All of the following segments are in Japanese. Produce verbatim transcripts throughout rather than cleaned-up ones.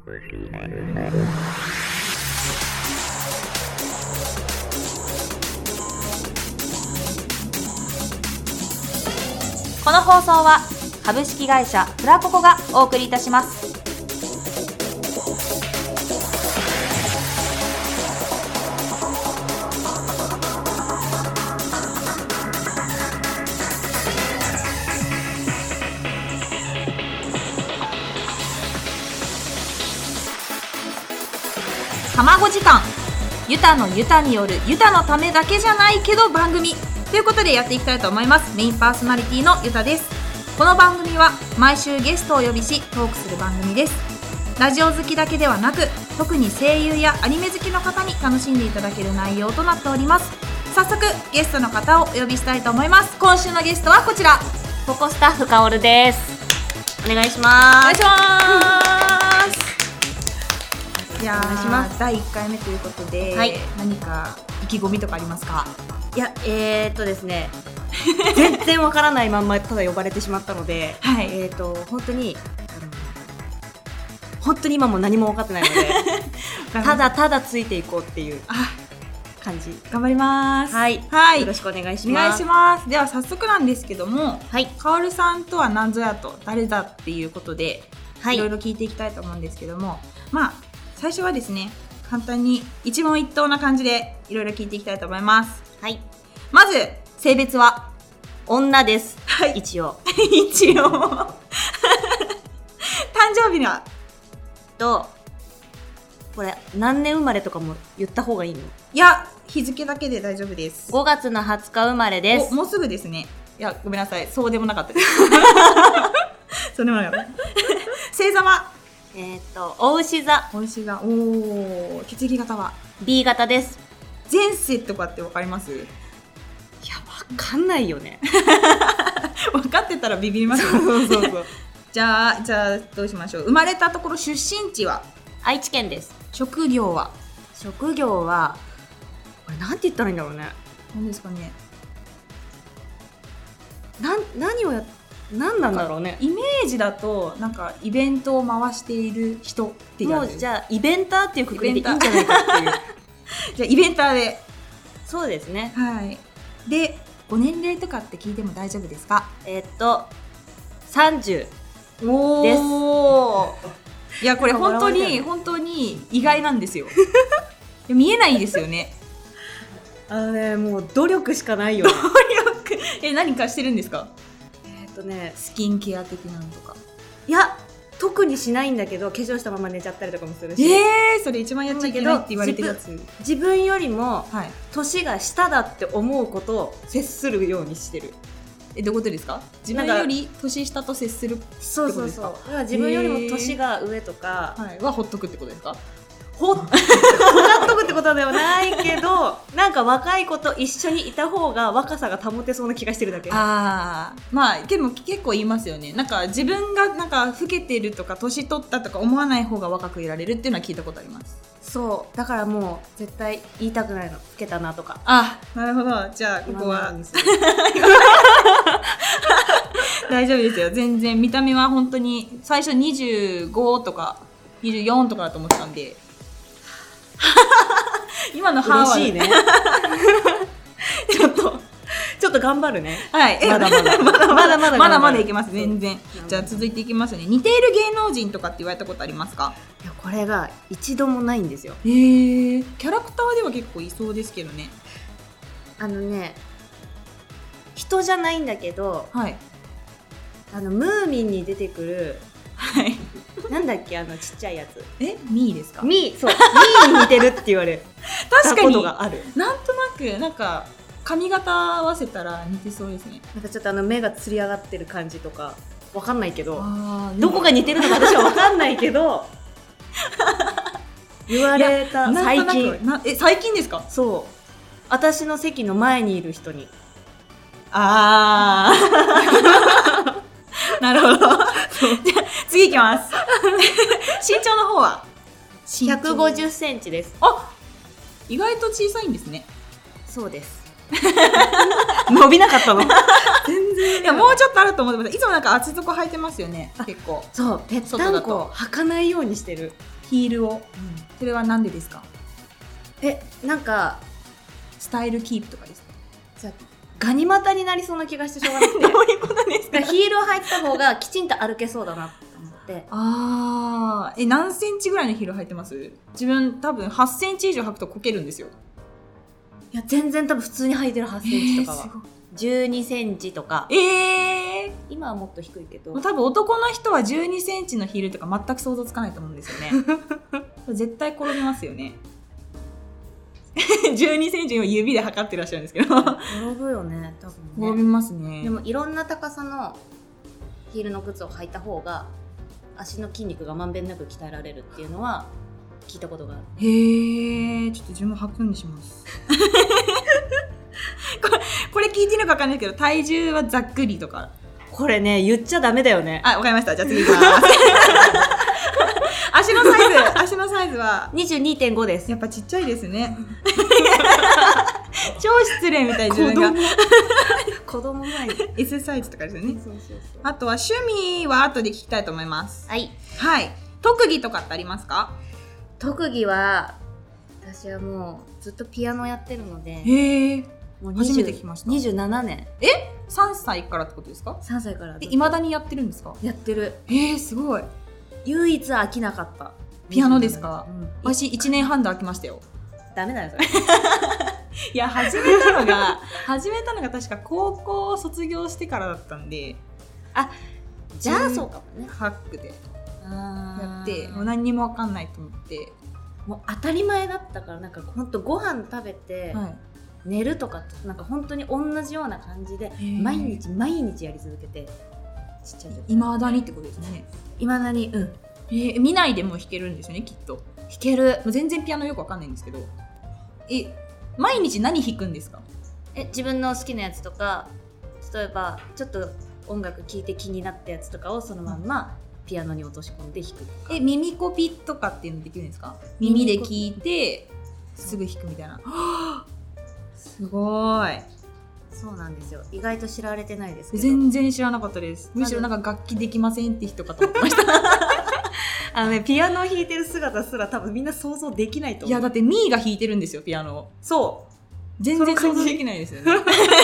この放送は株式会社フラココがお送りいたします。卵時間、ユタのユタによるユタのためだけじゃないけど番組ということでやっていきたいと思います。メインパーソナリティのユタです。この番組は毎週ゲストをお呼びしトークする番組です。ラジオ好きだけではなく、特に声優やアニメ好きの方に楽しんでいただける内容となっております。早速ゲストの方をお呼びしたいと思います。今週のゲストはこちら、 ここスタッフかおるです。お願いします。 お願いします。いやー、 お願いします。 だいいっかいめということで、 はい、 何か意気込みとかありますか？ いや、えーっとですね全然わからないまんまただ呼ばれてしまったので、 はい、 えーっと本当に本当に今も何も分かってないのでただただついていこうっていう感じ。 頑張ります。 はい、 はい、 よろしくお願いします。 お願いします。では早速なんですけども、 はい、 かおるさんとは何ぞやと誰だっていうことで、 はい、 いろいろ聞いていきたいと思うんですけども、まあ最初はですね、簡単に一問一答な感じでいろいろ聞いていきたいと思います。 はい、 まず性別は女です。 はい、 一応一応誕生日はと、これ何年生まれとかも言った方がいいの？ いや、日付だけで大丈夫です。 ごがつのはつか生まれです。 もうすぐですね。いや、ごめんなさい、そうでもなかったですそうでもなかった星座はえーっとお牛座。 お牛座。おー、血液型はビー 型です。 前世とかってわかります？ いや、わかんないよね分かってたらビビりますよそうそうそうじゃあ、じゃあどうしましょう。生まれたところ、出身地は？ 愛知県です。 職業は？ 職業はこれなんて言ったらいいんだろうね。 何ですかね。 なん何をや何なんだろうね。 イメージだとなんかイベントを回している人ってやる。 もうじゃあイベンターっていうくくりでいいんじゃないかっていうじゃあイベンターで。 そうですね。 はい。で、ご年齢とかって聞いても大丈夫ですか？ えー、っとさんじゅうおです。 いや、これ本当に本当に意外なんですよ見えないですよね。 あのね、もう努力しかないよね。 努力え、何かしてるんですか？ えー、っとねスキンケア的なのとか。 いや、特にしないんだけど、化粧したまま寝ちゃったりとかもするし。 えー、それ一番やっちゃいけないって言われてるやつ。 自分よりもはい、 年が下だって思うことを接するようにしてる。 え、どういうことですか？自分より年下と接するってことですか？ そうそうそう。だから自分よりも年が上とか、 はい、はほっとくってことですか？ ほっとくってことではないけど、なんか若い子と一緒にいた方が若さが保てそうな気がしてるだけ。 ああ、まあでも結構言いますよね。なんか自分がなんか老けてるとか年取ったとか思わない方が若くいられるっていうのは聞いたことあります。 そうだからもう絶対言いたくないの、老けたなとか。 あ、なるほど。じゃあここは大丈夫ですよ。全然見た目は本当に最初にじゅうごとかにじゅうよんとかだと思ってたんで今の歯は嬉しいねちょっとちょっと頑張るね。 はい、 まだまだまだまだまだまだまだいけます。全然。じゃあ続いていきますね。似ている芸能人とかって言われたことありますか？ いや、これが一度もないんですよ。 へー、キャラクターでは結構いそうですけどね。 あのね、人じゃないんだけど、 はい、 あのムーミンに出てくる、 はい、 なんだっけ、あのちっちゃいやつ。 え、ミーですか？ ミー、そう、ミーに似てるって言われ確かにたことがある。 なんとなくなんか髪型合わせたら似てそうですね。 なんかちょっとあの目がつり上がってる感じとかわかんないけど、 あ、 どこが似てるのか私はわかんないけど言われた。最近な、え、最近ですか？ そう、私の席の前にいる人に。 あーなるほど。じゃあ次いきます身長の方はひゃくごじゅっセンチです。 あ、意外と小さいんですね。 そうです。 伸びなかったの全然。 いやもうちょっとあると思ってます。いつもなんか厚底履いてますよね結構。 そうぺったんこ履かないようにしてるヒールを、うん、それはなんでですか？ えなんかスタイルキープとかですか？ じゃガニ股になりそうな気がしてしょうがなくてどういうことですか？ ヒールを履いてた方がきちんと歩けそうだなと思って。 あーえ何センチぐらいのヒール履いてます？自分多分はっセンチ以上履くとこけるんですよ。 いや全然多分普通に履いてるはちセンチとかは、えー、じゅうにセンチとか。 えー、 今はもっと低いけど多分男の人はじゅうにセンチのヒールとか全く想像つかないと思うんですよね絶対転びますよねじゅうにセンチを指で測ってらっしゃるんですけど転ぶよね多分ね。 転びますね。 でもいろんな高さのヒールの靴を履いた方が足の筋肉がまんべんなく鍛えられるっていうのは聞いたことがある。 へえ、ちょっと自分も履くようにしますこれ、これ聞いてるのか分かんないけど体重はざっくりとか。 これね言っちゃダメだよね。 あ、わかりました。じゃあ次いきます足のサイズ足のサイズはにじゅうにてんご です。 やっぱちっちゃいですね超失礼みたい自分が子供前に S サイズとかですよね。 そうそうそう。 あとは趣味は後で聞きたいと思います。 はいはい特技とかってありますか？ 特技は私はもうずっとピアノやってるので。 へえ、 もう初めて聞きました。 にじゅうななねん。 えさんさいからってことですか？ さんさいからいまだにやってるんですか？ やってる。 えー、すごい。 唯一飽きなかったピアノですか？ うん、 私いちねんはんで飽きましたよ。 ダメだよそれいや始めたのが始めたのが確か高校を卒業してからだったんで。 あ、じゃあそうかもね。 ハックでやってもうう何にも分かんないと思ってもう当たり前だったから、なんかほんとご飯食べて、はい、寝るとかってなんか本当に同じような感じで毎日毎日やり続けてちっちゃい時。 いまだにってことですね。 いまだに。うん。 えー、見ないでも弾けるんですよねきっと。 弾ける。 もう全然ピアノよくわかんないんですけど。え毎日何弾くんですか？ え自分の好きなやつとか、例えばちょっと音楽聴いて気になったやつとかをそのまんまピアノに落とし込んで弾く。 え耳コピとかっていうのできるんですか？耳で聞いてすぐ弾くみたいな。すごい。 そうなんですよ。意外と知られてないですけど。 全然知らなかったです。むしろなんか楽器できませんって人かと思ってましたあのね、ピアノを弾いてる姿すら多分みんな想像できないと思う。 いやだってミーが弾いてるんですよピアノを。 そう全然想像できないですよね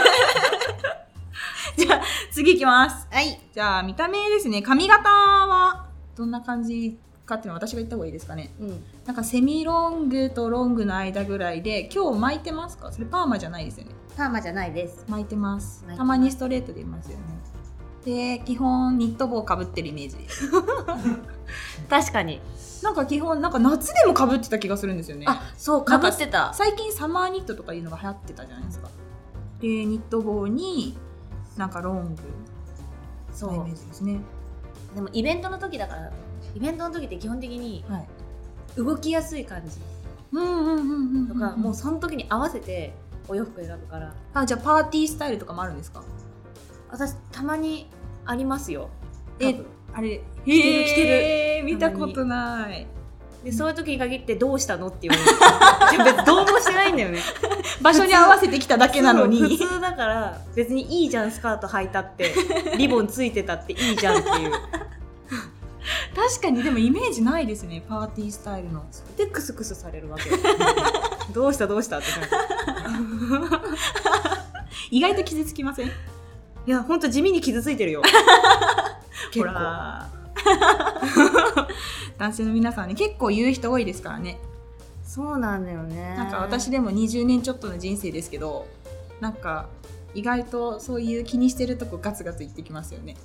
じゃあ次いきます。 はい。 じゃあ見た目ですね。髪型はどんな感じかっていうのは私が言った方がいいですかね。うん、なんかセミロングとロングの間ぐらいで。今日巻いてますか？それパーマじゃないですよね。 パーマじゃないです。 巻いてます。たまにストレートでいますよね。で基本ニット帽かぶってるイメージです確かになんか基本なんか夏でもかぶってた気がするんですよね。 あ、そうかぶってた。 最近サマーニットとかいうのが流行ってたじゃないですか。でニット帽になんかロングのイメージですね。 でもイベントの時だから、イベントの時って基本的に動きやすい感じとか、もうその時に合わせてお洋服選ぶから。 あ、じゃあパーティースタイルとかもあるんですか？ 私たまにありますよ。 え、あれ着てる着てる見たことない。 でそういう時に限ってどうしたのって言われる。別にどうもしてないんだよね。 場所に合わせてきただけなのに。 普通だから別にいいじゃん、スカート履いたってリボンついてたっていいじゃんっていう確かに。でもイメージないですね、パーティースタイルの。 でクスクスされるわけどうしたどうしたって感じ。 意外と傷つきません？ いやほんと地味に傷ついてるよほら男性の皆さんね結構言う人多いですからね。 そうなんだよね。 なんか私でもにじゅうねんちょっとの人生ですけど、なんか意外とそういう気にしてるとこガツガツ言ってきますよね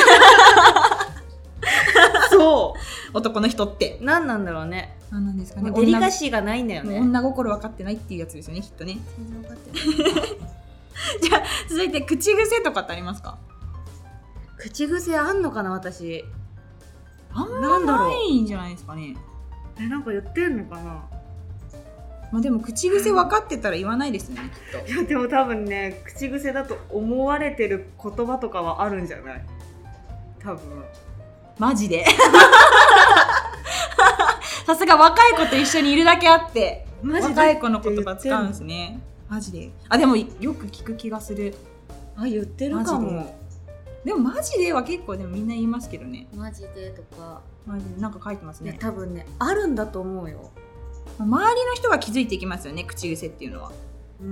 そう男の人って何なんだろうね。 何なんですかね。 デリカシーがないんだよね。 女心分かってないっていうやつですよねきっとね。 全然分かってないじゃあ続いて口癖とかってありますか？ 口癖あんのかな私。 あんまないんじゃないですかね。 え、なんか言ってんのかな。 まあでも口癖分かってたら言わないですよねきっと。 いやでも多分ね、口癖だと思われてる言葉とかはあるんじゃない？多分マジでさすが若い子と一緒にいるだけあって若い子の言葉使うんですね。 マジで。あ、でもよく聞く気がする。 あ、言ってるかも。 でもマジでは結構でもみんな言いますけどね。 マジでとかマジでなんか書いてますね。 多分ねあるんだと思うよ。 周りの人が気づいていきますよね、口癖っていうのは。 うん。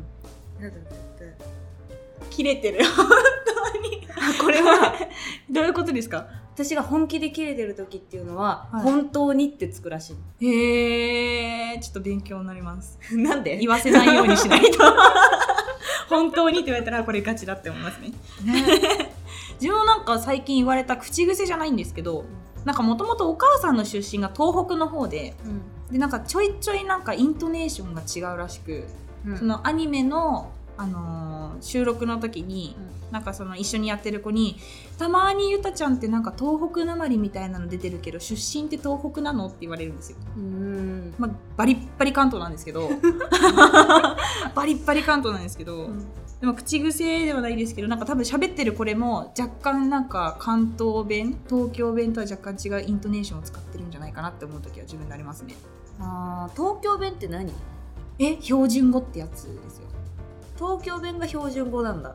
やだだって切れてる本当に。 あ、これはどういうことですか？ 私が本気で切れてる時っていうのは、 はい、 本当にってつくらしい。 へー、ちょっと勉強になりますなんで？ 言わせないようにしないと本当にって言われたらこれガチだって思いますね。ね自分もなんか最近言われた口癖じゃないんですけど、なんかもともとお母さんの出身が東北の方で、うん、でなんかちょいちょいなんかイントネーションが違うらしく、うん、そのアニメのあのー、収録の時に、うん、なんかその一緒にやってる子にたまにゆたちゃんってなんか東北なまりみたいなの出てるけど出身って東北なのって言われるんですよ。うーん、まあ、バリッバリ関東なんですけどバリッバリ関東なんですけど、うん、でも口癖ではないですけどなんか多分喋ってるこれも若干なんか関東弁東京弁とは若干違うイントネーションを使ってるんじゃないかなって思う時は自分でありますね。 あー、東京弁って何？ え、標準語ってやつですよ。 東京弁が標準語なんだ。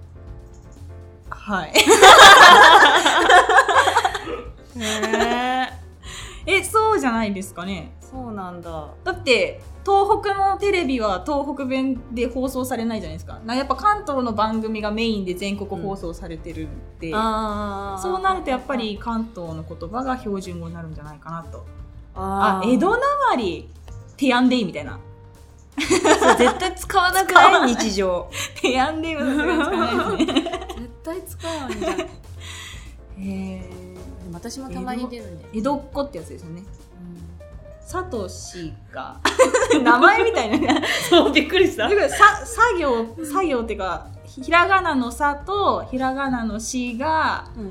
はいへえ、そうじゃないですかね。 そうなんだ。 だって東北のテレビは東北弁で放送されないじゃないですか。やっぱ関東の番組がメインで全国放送されてるんで、うん、あそうなるとやっぱり関東の言葉が標準語になるんじゃないかなと。ああ、江戸なまりティアンデイみたいなそう絶対使わなくない日常ティアンデイはさすがに使わないですね絶対使わんじゃんへえ。私もたまに出るんで江戸っ子ってやつですよね、うん、サトシが名前みたいなそうびっくりした。 だからさ作業作業っていうかひらがなのさとひらがなのしが、うん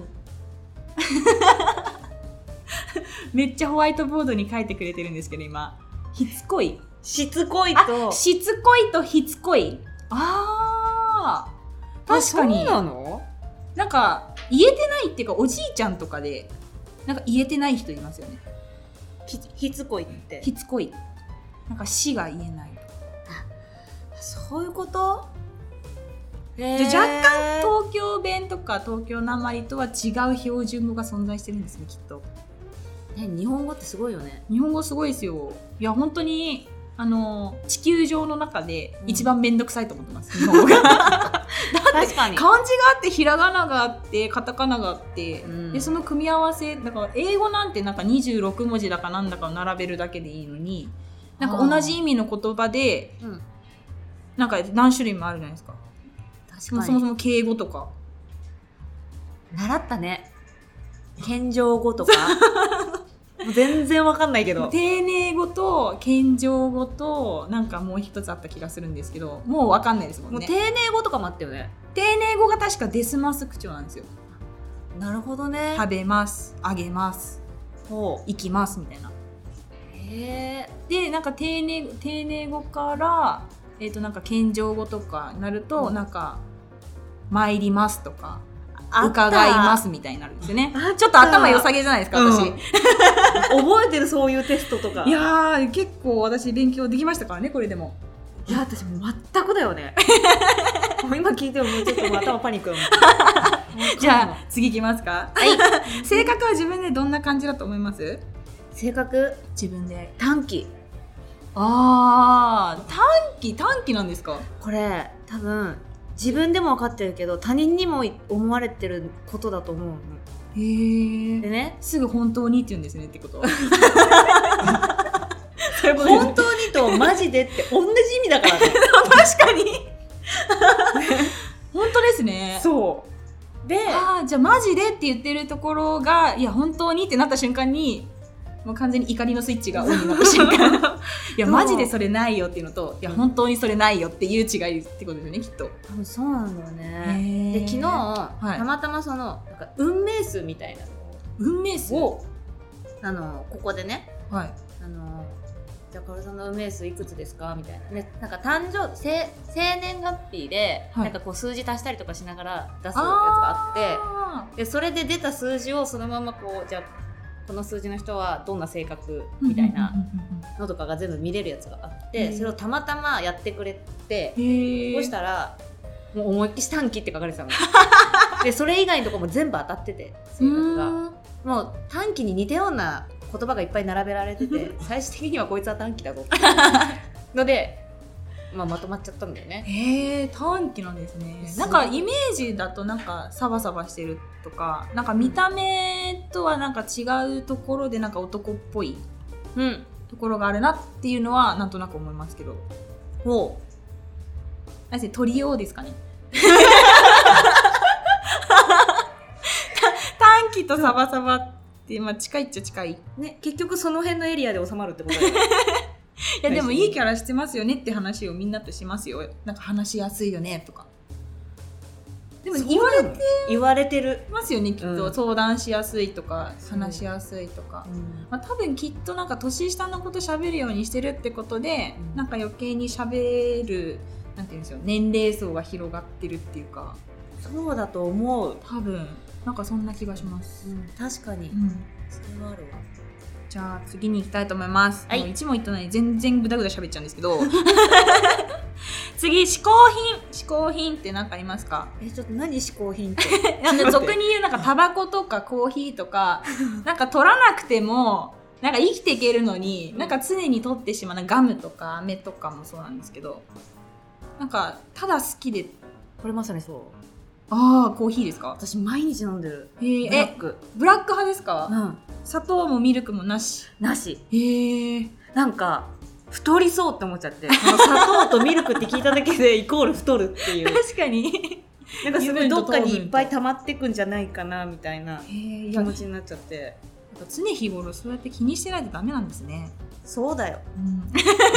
めっちゃホワイトボードに書いてくれてるんですけど今ひつこいしつこいとしつこいとひつこい。あー、確かに。 そうなの？ なんか言えてないっていうかおじいちゃんとかでなんか言えてない人いますよね。 ひ, ひつこいってひつこいなんかしが言えないとか。 あ、そういうこと？ で若干東京弁とか東京なまりとは違う標準語が存在してるんですね、きっと。 日本語ってすごいよね。 日本語すごいですよ。いや本当にあの地球上の中で一番めんどくさいと思ってます、うん、日本語がだって漢字があってひらがながあってカタカナがあって、うん、でその組み合わせだから英語なんてなんかにじゅうろくもじだかなんだかを並べるだけでいいのになんか同じ意味の言葉で、うん、なんか何種類もあるじゃないですか。確かに。そもそも敬語とか習ったね。謙譲語とかもう全然わかんないけど丁寧語と謙譲語となんかもう一つあった気がするんですけどもうわかんないですもんね。 もう丁寧語とかもあったよね。 丁寧語が確かデスマス口調なんですよ。 なるほどね。 食べますあげます行きますみたいな。 へー。 でなんか丁寧丁寧語からえっとなんか謙譲語とかになると、うん、なんか参りますとか伺いますみたいになるんですよね。ちょっと頭良さげじゃないですか、私、うん、 覚えてるそういうテストとか。 いやー結構私勉強できましたからねこれでも。 いや私も全くだよねもう今聞いてももうちょっともう頭パニックだもんじゃあ次いきますか。はい性格は自分でどんな感じだと思います？ 性格自分で短気。 あー短気短気なんですか？ これ多分自分でも分かってるけど他人にも思われてることだと思うの。 へー。 でねすぐ本当にって言うんですねってこと本当にとマジでって同じ意味だからね確かに本当ですね。 そうであーじゃあマジでって言ってるところがいや本当にってなった瞬間にもう完全に怒りのスイッチがオンになった瞬間いやマジでそれないよっていうのといや本当にそれないよっていう違いってことですよねきっと。 多分そうなんだよね。で昨日、はい、たまたまそのなんか運命数みたいなの運命数をあのここでね、 はい、 あのじゃあカオルさんの運命数いくつですかみたいな、ね、なんか誕生生年月日で、はい、なんかこう数字足したりとかしながら出すやつがあってでそれで出た数字をそのままこうじゃあこの数字の人はどんな性格みたいなのとかが全部見れるやつがあって、それをたまたまやってくれて、そしたらもう思いっきり短期って書かれてたのでそれ以外のところも全部当たってて、性格がもう短期に似たような言葉がいっぱい並べられてて最終的にはこいつは短期だぞってので、まあ、まとまっちゃったんだよね。 へえ、短期なんですね。なんかイメージだとなんかサバサバしてるとか、なんか見た目とはなんか違うところでなんか男っぽいところがあるなっていうのはなんとなく思いますけど。 ほう。あれ鳥用ですかね。短期とサバサバって、まあ、近いっちゃ近い、 ね、結局その辺のエリアで収まるってことだよね。 いやでもいいキャラしてますよねって話をみんなとしますよ。なんか話しやすいよねとか。でも言われて言われてるますよね、きっと、うん、相談しやすいとか話しやすいとか、うん、まあ、多分きっとなんか年下のこと喋るようにしてるってことで、うん、なんか余計に喋るなんていうんですよ、年齢層が広がってるっていうか。 そうだと思う。 多分なんかそんな気がします、 うん、確かに、うん、それはあるわ。 じゃあ次に行きたいと思います。はい、もう一問一答に全然グダグダ喋っちゃうんですけど次、嗜好品。嗜好品って何かありますか？ え、ちょっと何嗜好品ってなんか俗に言うなんかタバコとかコーヒーとかなんか取らなくてもなんか生きていけるのに、なんか常に取ってしまうガムとか飴とかもそうなんですけど、なんかただ好きで。 これまさにそう。 ああ、コーヒーですか？ 私毎日飲んでる。 へえ、ブラック。ブラック派ですか？ うん。 砂糖もミルクもなし。 なし。 へえ。 なんか太りそうって思っちゃって、この砂糖とミルクって聞いただけでイコール太るっていう。 確かに。 なんかすごいどっかにいっぱい溜まってくんじゃないかなみたいな気持ちになっちゃって。 なんか常日頃そうやって気にしてないとダメなんですね。 そうだよ。うん、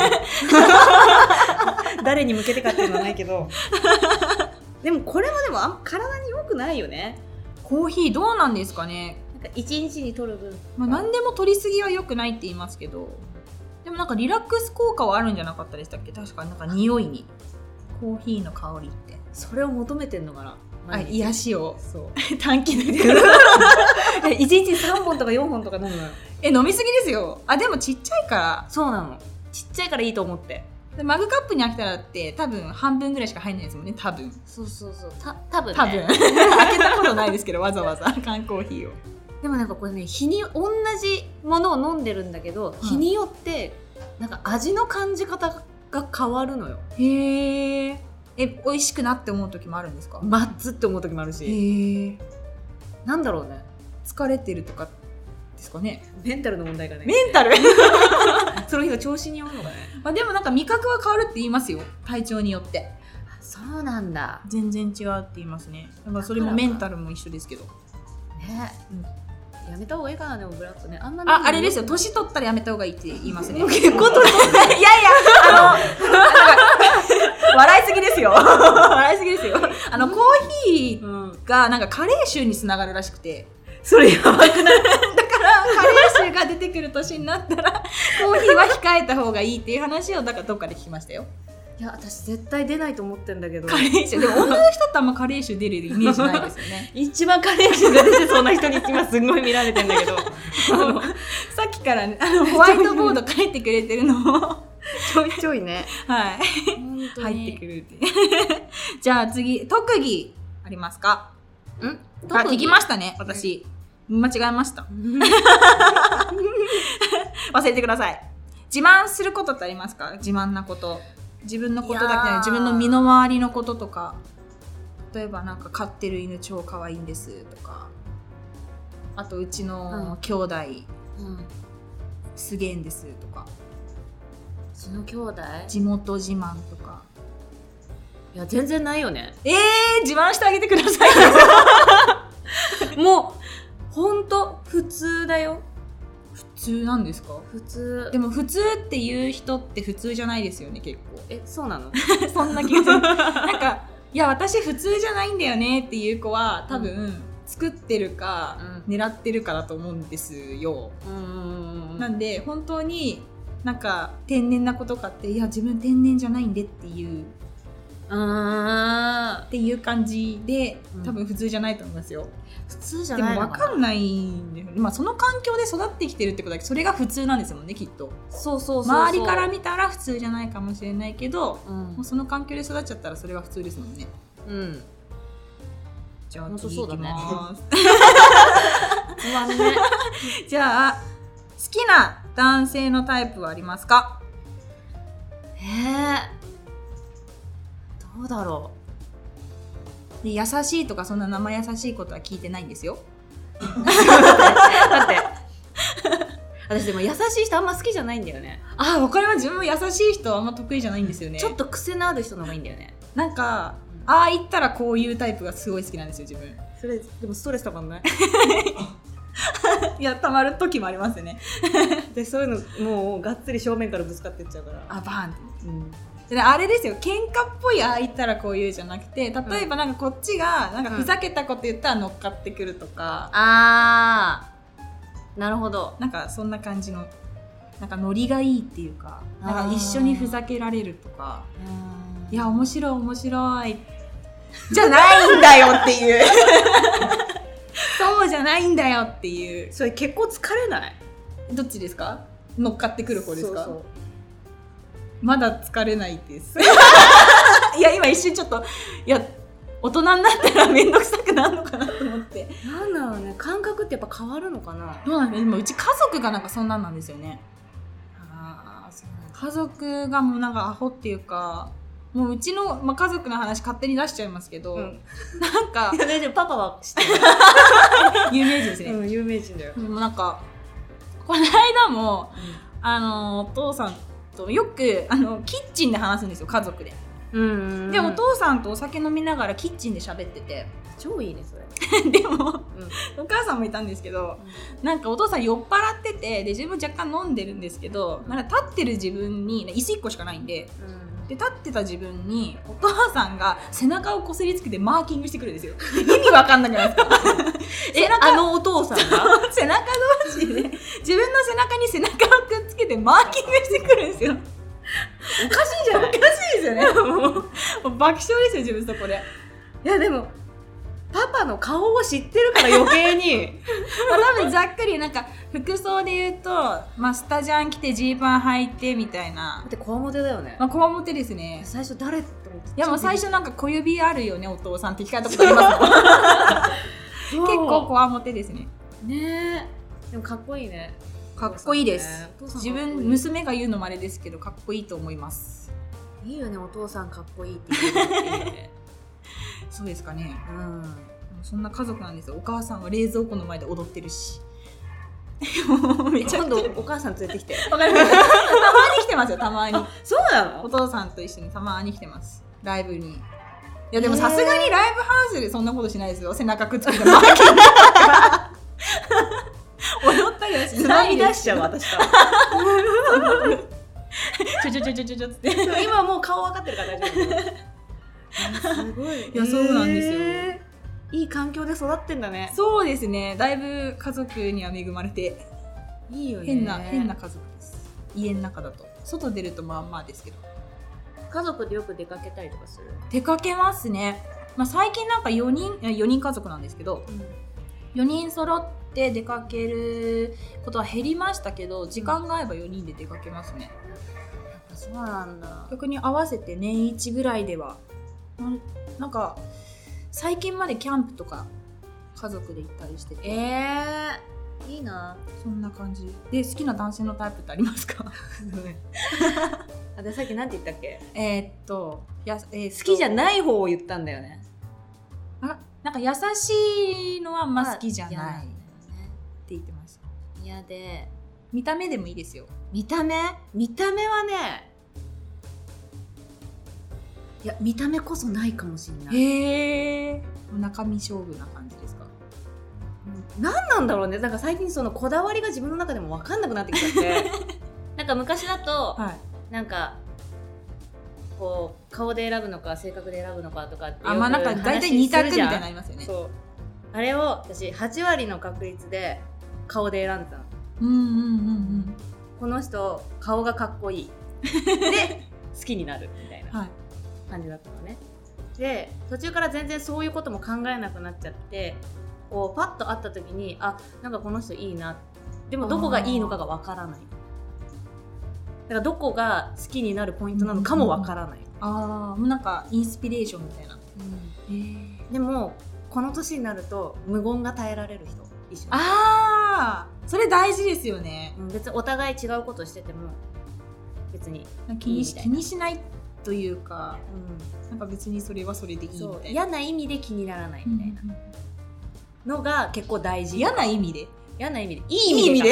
誰に向けてかっていうのはないけど。でもこれはでもあん体に良くないよね。 コーヒーどうなんですかね。 なんかいちにちに取る分、 まあ、何でも取りすぎは良くないって言いますけど、でもなんかリラックス効果はあるんじゃなかったでしたっけ？確かになんか匂いにコーヒーの香りってそれを求めてんのかな。 あ、癒しを。 そう短期でいちにちにさんぼんとかよんほんとか飲むのよ。 え、飲みすぎですよ。あ、でもちっちゃいから。 そうなの、ちっちゃいからいいと思って。 でマグカップに開けたらって多分半分ぐらいしか入んないですもんね、多分。 そうそうそう、た多分ね、 多分開けたことないですけどわざわざ缶コーヒーを。 でもなんかこれね、日に同じものを飲んでるんだけど、うん、日によってなんか味の感じ方が変わるのよ。 へえ。え、美味しくなって思う時もあるんですか？ マッツって思う時もあるし。 へえ。 なんだろうね、 疲れてるとかですかね。 メンタルの問題がね。 メンタルその日の調子によるのかね。 まあ、でもなんか味覚は変わるって言いますよ、体調によって。 そうなんだ。 全然違うって言いますね。だからそれもメンタルも一緒ですけどね、うん、やめた方がいいかな。でもブラックね、あんまあ、あれですよ、年取ったらやめた方がいいって言いますね。 結構取るいやいや、あの笑いすぎですよ笑いすぎですよ。あのコーヒーがなんか加齢臭につながるらしくて、 それやばくない？だから加齢臭が出てくる年になったらコーヒーは控えた方がいいっていう話をだからどっかで聞きましたよ。 いや、私絶対出ないと思ってんだけど。 加齢臭でも女の人ってあんま加齢臭出るイメージないですよね。 一番加齢臭が出てそうな人に今すごい見られてんだけどあのさっきから、ね、あのホワイトボード書いてくれてるのをちょいちょいね、 はい、入ってくるってじゃあ次、特技ありますか？ん？あ、聞きましたね、私、うん、間違えました忘れてください。自慢することってありますか？自慢なこと、自分のことだけじゃない、自分の身の回りのこととか。例えばなんか飼ってる犬超可愛いんですとか、あとうちの兄弟、うんうん、すげえんですとか、 うちの兄弟地元自慢とか。 いや、全然ないよね。 えー、自慢してあげてくださいもうほんと普通だよ。 普通なんですか？ 普通。 でも普通っていう人って普通じゃないですよね、結構。 え、そうなの？ そんな気がするなんか、いや私普通じゃないんだよねっていう子は多分、うん、作ってるか、うん、狙ってるかだと思うんですよ。うんうんうん、なんで本当になんか天然なことかって、いや自分天然じゃないんでっていうあっていう感じで多分普通じゃないと思いますよ、 普通じゃないのかな。 でも分かんないんで、まあ、その環境で育ってきてるってことだけどそれが普通なんですもんねきっと。 そうそうそうそう、 周りから見たら普通じゃないかもしれないけど、 うん、 もうその環境で育っちゃったらそれが普通ですもんね。 うん、 じゃあ次いきます。 つまんね。 じゃあ好きな男性のタイプはありますか？ えー、どうだろう。で優しいとかそんな生優しいことは聞いてないんですよ。 待って私でも優しい人あんま好きじゃないんだよね。 ああ、わかります。自分も優しい人はあんま得意じゃないんですよね。 ちょっと癖のある人の方がいいんだよね。 なんか、うん、ああ言ったらこういうタイプがすごい好きなんですよ自分。 それでもストレスたまんない？ いや、たまる時もありますよね。 でそういうのもうがっつり正面からぶつかってっちゃうから、 あ、バーンって、うん、であれですよ、喧嘩っぽいああ言ったらこう言うじゃなくて、例えばなんかこっちがなんかふざけたこと言ったら乗っかってくるとか、 うん、あー、なるほど、 なんかそんな感じのなんかノリがいいっていうか、なんか一緒にふざけられるとか、いや面白い面白いじゃないんだよっていうそうじゃないんだよっていう。 それ結構疲れない？ どっちですか？乗っかってくる方ですか？ そうそう、 まだ疲れないですいや今一瞬ちょっと、いや大人になったら面倒くさくなるのかなと思って。 なんだろうね、感覚ってやっぱ変わるのかな。 そうなんです。でもうち家族がなんかそんなんなんですよね。 あー、そうなんだ。 家族がもうなんかアホっていうか、もううちの、まあ、家族の話勝手に出しちゃいますけど、うん、なんかいや大丈夫、パパは知ってる有名人ですね、 うん、有名人だよ。 でもなんかこの間も、うん、あのお父さんとよくあのキッチンで話すんですよ家族で。うんうんうん、でお父さんとお酒飲みながらキッチンで喋ってて超いいねそれでも、うん、お母さんもいたんですけど、うん、なんかお父さん酔っ払ってて、で自分若干飲んでるんですけど、なんか立ってる自分に椅子いっこしかないんで、うん、で立ってた自分にお父さんが背中をこすりつけてマーキングしてくるんですよ意味わかんなくないですかえ、あのお父さんが背中同士で自分の背中に背中をくっつけてマーキングしてくるんですよおかしいじゃない？ おかしいですよねもう爆笑ですよ自分そこで。 いやでもパパの顔を知ってるから余計にまあ多分ざっくりなんか服装で言うと、まあ、スタジャン着てジーパン履いてみたいな。 だってこわもてだよね。 まあこわもてですね。 最初誰って思って。 いやもう最初なんか小指あるよねお父さんって聞かれたことありますもん結構こわもてですね。 ねえ、でもかっこいいね。 かっこいいです。自分娘が言うのもあれですけどかっこいいと思います。 いいよね、お父さんかっこいいって言っていいねそうですかね。 うん。 そんな家族なんですよ。お母さんは冷蔵庫の前で踊ってるしめっちゃ今度お母さん連れてきてわかりますたまに来てますよ、たまに。 そうなの？ お父さんと一緒にたまに来てますライブに。いやでもさすがにライブハウスでそんなことしないですよ。背中くっつけてマーキング踊ったりはしないです。 出しちゃう私からちょちょちょちょちょちょって今もう顔分かってるから大丈夫すごい。 いやそうなんですよ。 いい環境で育ってんだね。 そうですね、だいぶ家族には恵まれていいよね。 変な変な家族です。家の中だと。外出るとまあまあですけど。 家族でよく出かけたりとかする？ 出かけますね、まあ、最近なんかよにんよにん家族なんですけど、うん、よにん揃って出かけることは減りましたけど、時間が合えばよにんで出かけますね。 やっぱそうなんだ。 逆に合わせて年一ぐらいではなんか最近までキャンプとか家族で行ったりしてて、 えー、いいな。 そんな感じで。好きな男性のタイプってありますか？ あ、でさっきなんて言ったっけ？ えー、っとや、えー、 好きじゃない方を言ったんだよね。 あ、なんか優しいのはあんま好きじゃないって言ってました。 嫌で。 見た目でもいいですよ。 見た目？見た目はね、いや見た目こそないかもしれない。 へえ。中身勝負な感じですか？ うん、何なんだろうね。なんか最近そのこだわりが自分の中でも分かんなくなってきちゃってなんか昔だと、はい、なんかこう顔で選ぶのか性格で選ぶのかとかってよく話するじゃん。 あ、まあなんか大体に択みたいになりますよね。 そう。あれを私はち割の確率で顔で選んでたの。 うんうんうんうん。 この人顔がかっこいいで好きになるみたいな。はい。 感じだったのね。で途中から全然そういうことも考えなくなっちゃって、こうパッと会った時にあなんかこの人いいな、でもどこがいいのかがわからない、だからどこが好きになるポイントなのかもわからない、 うんうんうん、ああもうなんかインスピレーションみたいな、 うん、えー、でもこの年になると無言が耐えられる人一緒に、 ああそれ大事ですよね、 うん、別にお互い違うことしてても別に気にし、気にしないというか、うん、なんか別にそれはそれでいいみたいな、 嫌な意味で気にならないみたいなのが結構大事。 嫌な意味で嫌な意味でいい意味で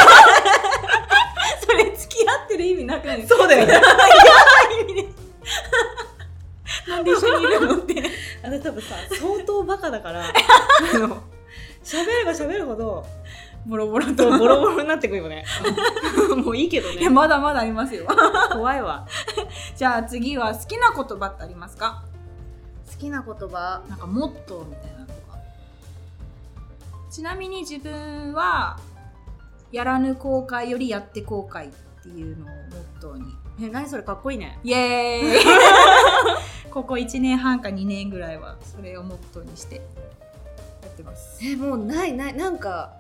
それ付き合ってる意味なくないですか。 そうだよね嫌な意味でなんで一緒にいるのってあれ多分さ相当バカだから喋れば喋るほどボロボロとボロボロになってくるよねもういいけどね。 いやまだまだありますよ怖いわ。 じゃあ次は好きな言葉ってありますか。 好きな言葉なんかモットーみたいなのとか。ちなみに自分はやらぬ後悔よりやって後悔っていうのをモットーに。 え何それかっこいいね。 イエーイここいちねんはんかにねんぐらいはそれをモットーにしてやってます。 えもうないないなんか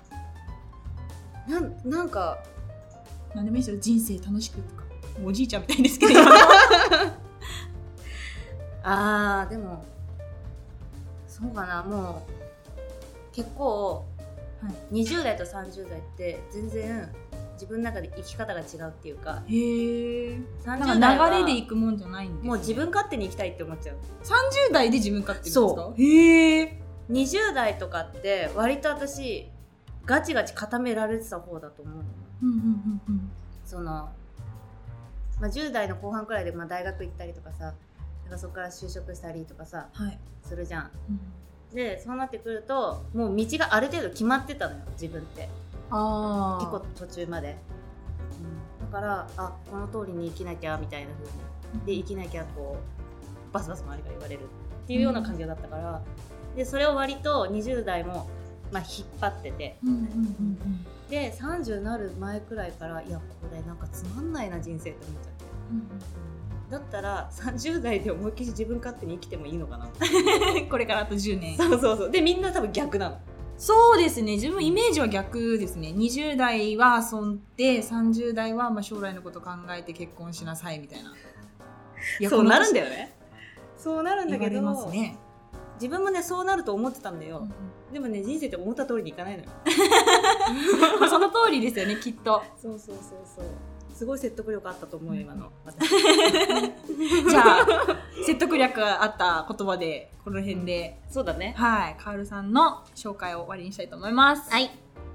なんなんかなんでもいいですよ。人生楽しくとかおじいちゃんみたいですけどあーでもそうかな、もう結構、はい、にじゅう代とさんじゅう代って全然自分の中で生き方が違うっていうか、 へえさんじゅう代は流れでいくもんじゃないんです、ね、 もう自分勝手に生きたいって思っちゃう。 さんじゅう代で自分勝手にですか。 そうへえにじゅう代とかって割と私ガチガチ固められてた方だと思う、 うんうんうんうん、 その、まあ、じゅう代の後半くらいでまあ大学行ったりとかさ、なんかそこから就職したりとかさ、はい、するじゃん、うん、でそうなってくるともう道がある程度決まってたのよ自分って。あ結構途中まで、うん、だからあこの通りに生きなきゃみたいな風にで生きなきゃこうバスバス周りから言われるっていうような感じだったから、うん、でそれを割とにじゅう代もまあ、引っ張ってて、うんうんうんうん、でさんじゅうになる前くらいからいやこれなんかつまんないな人生って思っちゃって、うんうん、だったらさんじゅう代で思いっきり自分勝手に生きてもいいのかなこれからあとじゅうねん。 そうそうそうでみんな多分逆なの。 そうですね自分イメージは逆ですね。にじゅう代は遊んでさんじゅう代はまあ将来のこと考えて結婚しなさいみたいな。 いやそうなるんだよね。そうなるんだけど、 ますね、 自分もねそうなると思ってたんだよ、うんうん、でもね人生って思った通りにいかないのよその通りですよねきっと。 そうそうそうそうすごい説得力あったと思うよ今のじゃあ説得力があった言葉でこの辺で、 うん、そうだねはいカールさんの紹介を終わりにしたいと思います。 はい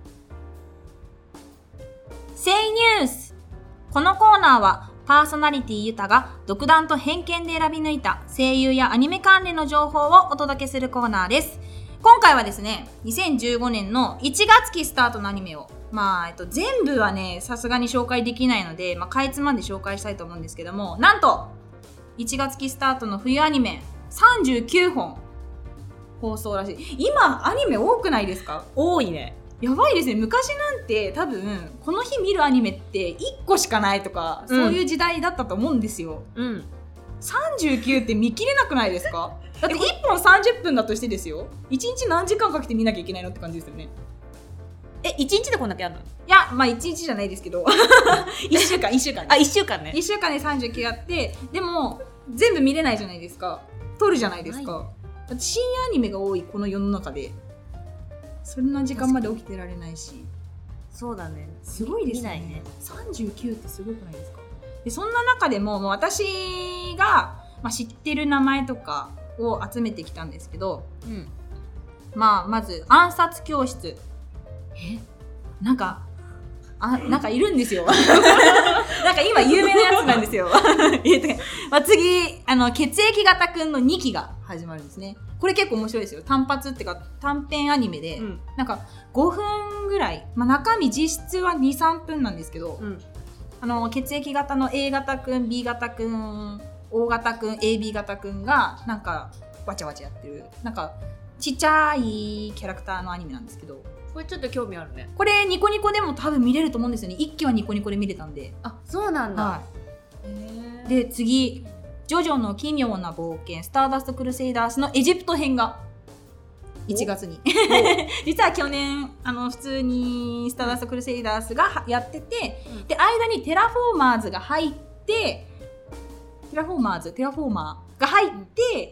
セイニュース。このコーナーはパーソナリティユタが独断と偏見で選び抜いた声優やアニメ関連の情報をお届けするコーナーです。今回はですねにせんじゅうごねんのいちがつ期スタートのアニメをまあ、えっと、全部はねさすがに紹介できないので、まあ、かいつまんで紹介したいと思うんですけども、なんといちがつ期スタートの冬アニメさんじゅうきゅうほん放送らしい。今アニメ多くないですか。 多いね。 やばいですね。昔なんて多分この日見るアニメっていっこしかないとか、うん、そういう時代だったと思うんですよ、うん、さんじゅうきゅうって見切れなくないですか。だっていっぽんさんじゅっぷんだとしてですよ、いちにち何時間かけて見なきゃいけないのって感じですよね。 えいちにちでこんだけあるの。いやまあいちにちじゃないですけどいっしゅうかんいっしゅうかん、ね、 あいっしゅうかんね。 いっしゅうかんでさんじゅうきゅうあって、でも全部見れないじゃないですか。撮るじゃないですか。だって深夜アニメが多いこの世の中でそんな時間まで起きてられないし。 そうだねすごいです ね, ねさんじゅうきゅうってすごくないですか。でそんな中でももう私が、まあ、知ってる名前とかを集めてきたんですけど、うん、まあまず暗殺教室。えなんかあなんかいるんですよなんか今有名なやつなんですよまあ次あの血液型くんのにきが始まるんですね。これ結構面白いですよ。単発っていうか短編アニメで、うん、なんかごふんぐらい、まあ、中身実質は にさんぷんなんですけど、うん、あの血液型の A 型くん B 型くん O 型くん エービー 型くんがなんかわちゃわちゃやってるなんかちっちゃいキャラクターのアニメなんですけど、 これちょっと興味あるね。 これニコニコでも多分見れると思うんですよね。いっきはニコニコで見れたんで。 あそうなんだ、はい、へで次ジョジョの奇妙な冒険スターダストクルセイダースのエジプト編がいちがつに実は去年あの普通にスターダストクルセイダースがやってて、うん、で間にテラフォーマーズが入ってテラフォーマーズテラフォーマーが入って、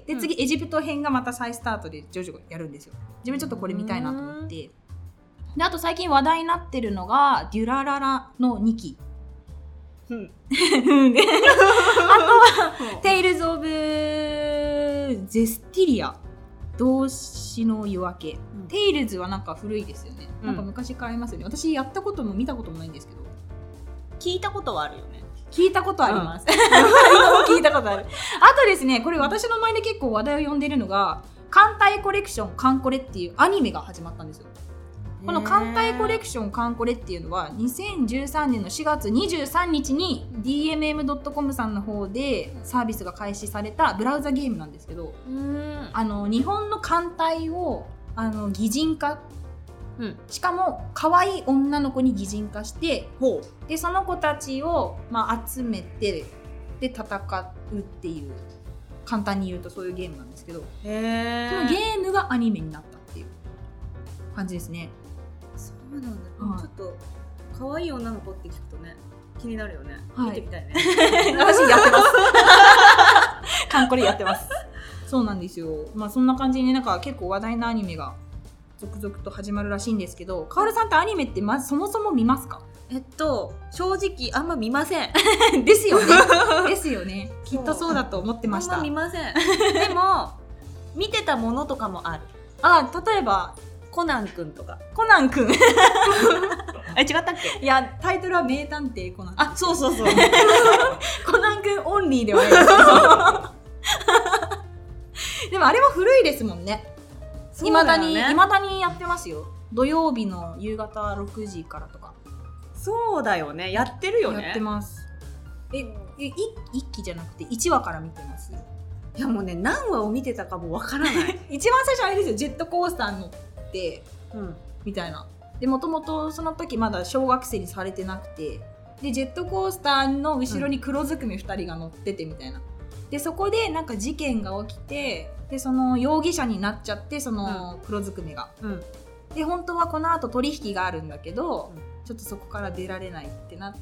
うん、で次エジプト編がまた再スタートでジョジョがやるんですよ。自分ちょっとこれ見たいなと思って、であと最近話題になってるのがデュラララのにき、うん、であとはテイルズ・オブ・ゼスティリア動詞の夜明け、うん、テイルズはなんか古いですよね、うん、なんか昔からありますよね。私やったことも見たこともないんですけど聞いたことはあるよね。 聞いたことあります、うん、聞いたことある。あとですね、これ私の前で結構話題を呼んでるのが艦隊コレクションカンコレっていうアニメが始まったんですよ。この艦隊コレクションカンコレっていうのはにせんじゅうさんねんのしがつにじゅうさんにちに ディーエムエムドットコム さんの方でサービスが開始されたブラウザゲームなんですけど、あの日本の艦隊をあの擬人化、うん、しかも可愛い女の子に擬人化してほうでその子たちを、まあ、集めてで戦うっていう簡単に言うとそういうゲームなんですけど、へそのゲームがアニメになったっていう感じですね。 そうなんだ、はい、ちょっと可愛い女の子って聞くとね気になるよね、はい、見てみたいね私やってますカンコレやってますそうなんですよ。まあそんな感じになんか結構話題なアニメが続々と始まるらしいんですけど、カオルさんってアニメってまずそもそも見ますか？ えっと正直あんま見ませんですよねですよねきっとそうだと思ってました。 あんま見ませんでも見てたものとかもある。 あ、例えばコナンくんとか。 コナンくんえ、違ったっけ？ いや、タイトルは名探偵コナン。 あ、そうそうそうコナンくんオンリーではないですでもあれも古いですもんね。いまだに、いまだにやってますよ。土曜日の夕方ろくじからとか。 そうだよね、やってるよね。 やってます。え、えい一期じゃなくていちわから見てます。 いやもうね、何話を見てたかもわからない一番最初あれですよ、ジェットコースター乗ってうん、みたいな。でもともとその時まだ小学生にされてなくて、でジェットコースターの後ろに黒ずくめふたりが乗っててみたいな。でそこでなんか事件が起きて、でその容疑者になっちゃって、その黒ずくめが、うん、で本当はこの後取引があるんだけど、うん、ちょっとそこから出られないってなって、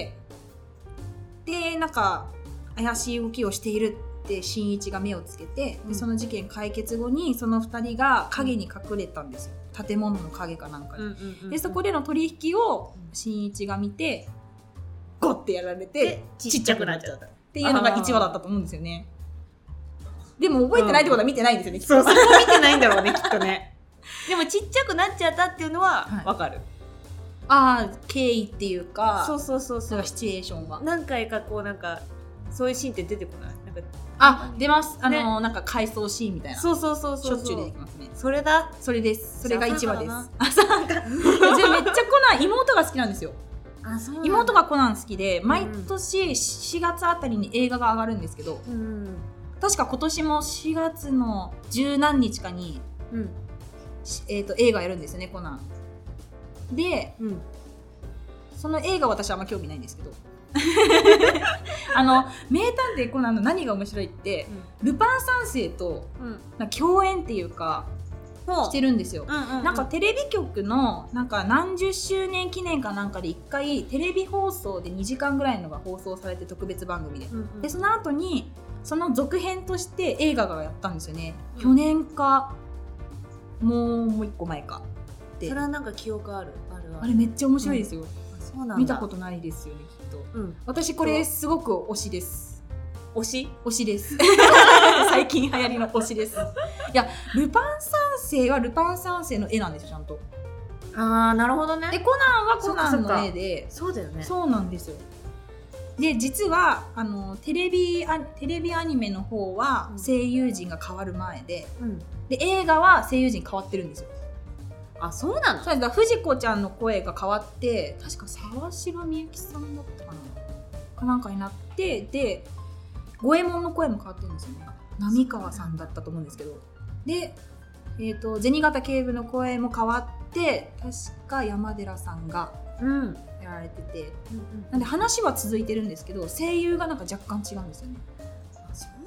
でなんか怪しい動きをしているって新一が目をつけて、でその事件解決後にそのふたりが影に隠れたんですよ、建物の影かなんかに、うんうんうんうん、でそこでの取引を新一が見てゴッてやられてちっちゃくなっちゃったっていうのがいちわだったと思うんですよね。でも覚えてないってことは見てないんですよね、うん、きっと。 そう、そこ見てないんだろうねきっとねでもちっちゃくなっちゃったっていうのはわかる、はい、 ああ経緯っていうか、 そうそうそうそう、 シチュエーションは何回かこうなんかそういうシーンって出てこない？なんかあ、出ます。あの、ね、なんか回想シーンみたいな。 そうそうそうそう。 しょっちゅう出てきますね。 それだ。 それです。それがいちわです。あ、そうなんか。めっちゃコナン、妹が好きなんですよ。あ、そうなんだ。妹がコナン好きで、毎年しがつあたりに映画が上がるんですけど、うん、確か今年もしがつの十何日かに、うん、えーと、映画やるんですよね、コナン。で、うん、その映画は私はあんま興味ないんですけど、あの名探偵コナンの何が面白いって、うん、ルパン三世と、うん、なんか共演っていうかしてるんですよ、うんうんうん、なんかテレビ局のなんか何十周年記念かなんかでいっかいテレビ放送でにじかんぐらいのが放送されて、特別番組で、うんうん、でその後にその続編として映画がやったんですよね、うん、去年かもうもう一個前かで。 それはなんか記憶ある？あるある。 あれめっちゃ面白いですよ、うん、 そうなんだ。 見たことないですよね、うん、私これすごく推しです。 推し？ 推しです最近流行りの推しです。いや、ルパン三世はルパン三世の絵なんですよ、ちゃんと。 あー、なるほどね。 でコナンはコナンの絵で、 そうだよね。 そうなんですよ。で実はあのテレビアテレビアニメの方は声優陣が変わる前で、うん、で映画は声優陣変わってるんですよ。 あ、そうなの？ そうだ、藤子ちゃんの声が変わって、確か沢城みゆきさんだったかなかなんかになって、で五右衛門の声も変わってるんですよね。浪川さんだったと思うんですけど、で、えーと、銭形警部の声も変わって、確か山寺さんがやられてて、うんうん、なんで話は続いてるんですけど、声優がなんか若干違うんですよね。 あ、そ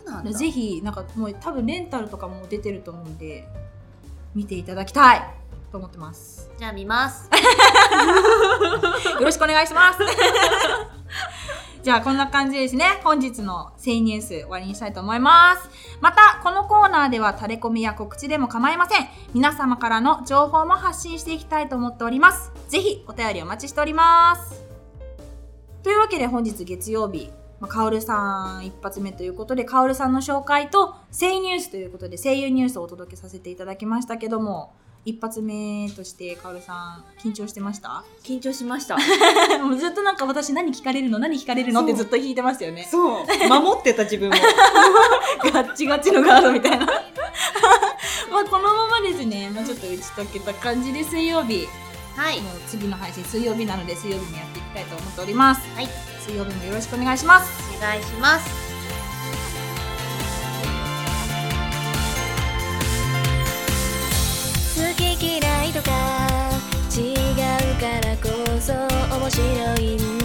なんだ。 ぜひなんかもう多分レンタルとかも出てると思うんで見ていただきたいと思ってます。 じゃあ見ますよろしくお願いしますじゃあこんな感じですね。本日のセイニュース終わりにしたいと思います。またこのコーナーではタレコミや告知でも構いません。皆様からの情報も発信していきたいと思っております。ぜひお便りお待ちしております。というわけで本日月曜日、まあ、カオルさん一発目ということでカオルさんの紹介とセイニュースということで声優ニュースをお届けさせていただきましたけども、一発目としてカオルさん緊張してました？ 緊張しましたもうずっとなんか私何聞かれるの何聞かれるのってずっと弾いてましたよね。 そう守ってた自分もガッチガチのガードみたいなまあこのままですね、まあ、ちょっと打ち解けた感じで水曜日、 はい、 もう次の配信水曜日なので水曜日もやっていきたいと思っております。 はい、 水曜日もよろしくお願いします。 お願いします。 好き嫌いとか違うからこそ面白いんだ